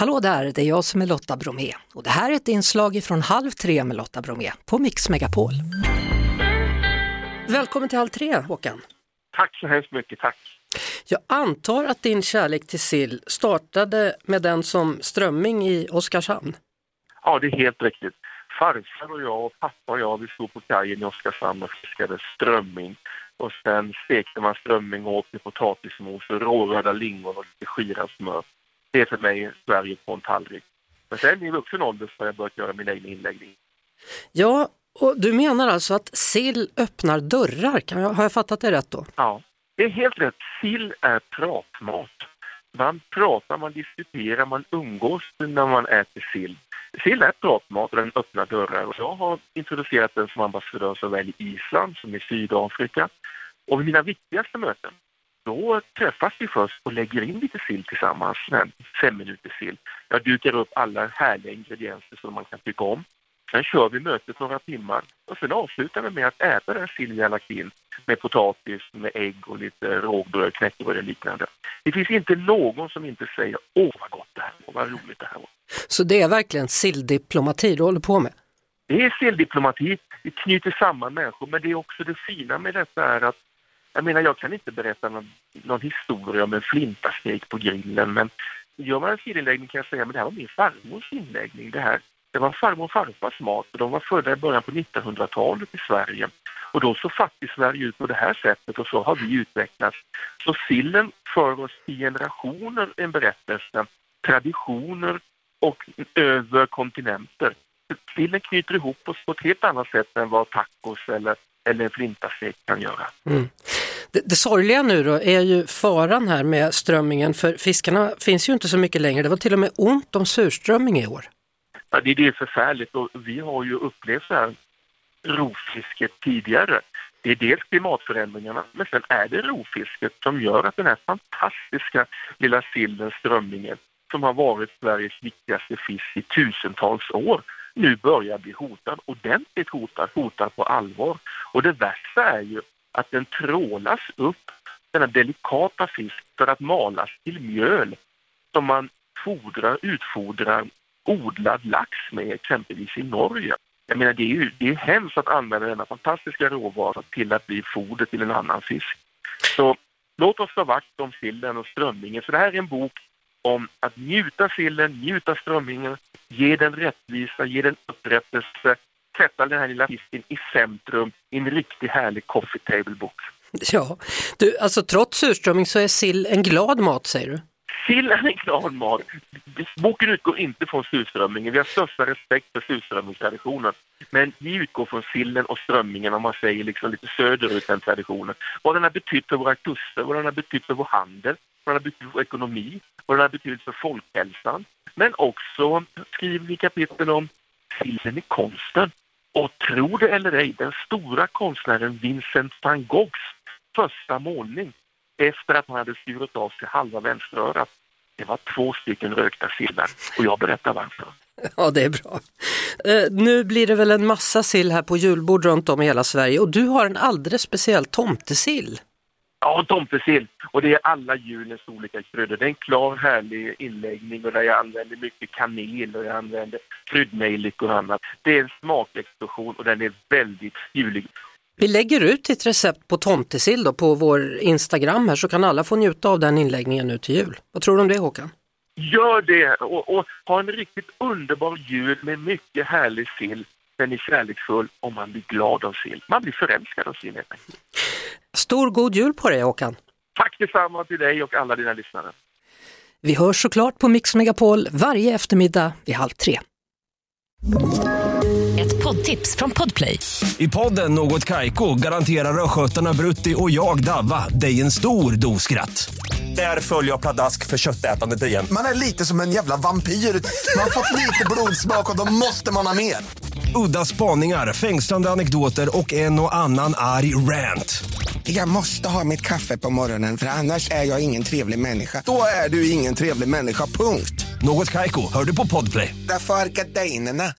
Hallå där, det är jag som är Lotta Bromé och det här är ett inslag från 2:30 med Lotta Bromé på Mix Megapol. Välkommen till 2:30, Håkan. Tack så hemskt mycket, tack. Jag antar att din kärlek till sill startade med den som strömming i Oskarshamn. Ja, det är helt riktigt. Farfar och jag och pappa och jag, vi stod på kajen i Oskarshamn och fiskade strömming. Och sen stekte man strömming och åkte potatismos och råröda lingon och lite skirad smör. Det är för mig Sverige på en tallrik. Men sen i vuxen ålder så har jag börjat göra min egen inläggning. Ja, och du menar alltså att sill öppnar dörrar? Har jag fattat det rätt då? Ja, det är helt rätt. Sill är pratmat. Man pratar, man diskuterar, man umgås när man äter sill. Sill är pratmat och den öppnar dörrar. Och jag har introducerat den som ambassadör såväl i Island som i Sydafrika. Och vid mina viktigaste möten, då träffas vi först och lägger in lite sill tillsammans, 5 minuter sill. Jag dukar upp alla härliga ingredienser som man kan tycka om. Sen kör vi mötet några timmar och sen avslutar vi med att äta den sill vi har lagt in med potatis, med ägg och lite rågbröd, knäckebröd och liknande. Det finns inte någon som inte säger åh vad gott det här var, vad roligt det här var. Så det är verkligen silldiplomati du håller på med? Det är silldiplomati, det knyter samman människor, men det är också det fina med detta är att jag kan inte berätta någon historia om en flintastek på grillen, men gör man en sillinläggning kan jag säga men det här var min farmors inläggning. Det var farmor och farfars mat och de var födda i början på 1900-talet i Sverige. Och då så faktiskt Sverige ut på det här sättet och så har vi utvecklats. Så sillen för oss i generationer en berättelse, traditioner och över kontinenter. Sillen knyter ihop oss på ett helt annat sätt än vad tacos eller en flintastek kan göra. Mm. Det sorgliga nu då är ju faran här med strömmingen, för fiskarna finns ju inte så mycket längre. Det var till och med ont om surströmming i år. Ja, det är förfärligt och vi har ju upplevt så här rovfisket tidigare. Det är dels klimatförändringarna men sen är det rovfisket som gör att den här fantastiska lilla sillen, strömmingen, som har varit Sveriges viktigaste fisk i tusentals år, nu börjar bli hotad, ordentligt hotad på allvar. Och det värsta är ju att den trålas upp, denna delikata fisk, för att malas till mjöl som man utfodrar odlad lax med exempelvis i Norge. Jag menar det är hemskt att använda denna fantastiska råvara till att bli foder till en annan fisk. Så låt oss ta vakt om sillen och strömmingen. Så det här är en bok om att njuta sillen, njuta strömmingen, ge den rättvisa, ge den upprättelse, sätta den här lilla fisken i centrum i en riktigt härlig coffee table bok. Ja, du, alltså trots surströmming så är sill en glad mat, säger du? Sill är en glad mat. Boken utgår inte från surströmmingen. Vi har största respekt för surströmmingstraditionen. Men vi utgår från sillen och strömmingen, om man säger liksom lite söderut den traditionen. Vad den har betytt för våra kuster, vad den har betytt för vår handel, vad den har betytt för vår ekonomi, vad den har betytt för folkhälsan. Men också skriver vi kapitel om sillen i konsten. Och tro det eller ej, den stora konstnären Vincent van Goghs första målning efter att han hade skurit av sig halva vänsterörat, det var 2 rökta sillar. Och jag berättar varför. Ja, det är bra. Nu blir det väl en massa sill här på julbord runt om i hela Sverige. Och du har en alldeles speciell tomtesill. Ja, tomtesill. Och det är alla julens olika kryddor. Det är en klar, härlig inläggning och där jag använder mycket kanel och jag använder kryddnejlik och annat. Det är en smakexplosion och den är väldigt julig. Vi lägger ut ett recept på tomtesill då på vår Instagram här, så kan alla få njuta av den inläggningen nu till jul. Vad tror du om det, Håkan? Gör det och ha en riktigt underbar jul med mycket härlig sill. Den är kärleksfull och man blir glad av sill. Man blir förälskad av sill. Stor god jul på dig, Håkan. Tack detsamma till dig och alla dina lyssnare. Vi hörs såklart på Mix Megapol varje eftermiddag vid 2:30. Ett poddtips från Podplay. I podden Något Kaiko garanterar skötarna Brutti och jag Davva dig en stor doskratt. Där följer jag pladask för köttätandet igen. Man är lite som en jävla vampyr. Man har fått lite blodsmak och då måste man ha mer. Udda spaningar, fängslande anekdoter och en och annan arg rant. Jag måste ha mitt kaffe på morgonen för annars är jag ingen trevlig människa. Då är du ingen trevlig människa, punkt. Något Kaiko, hör du på Podplay. Därför är gardinerna.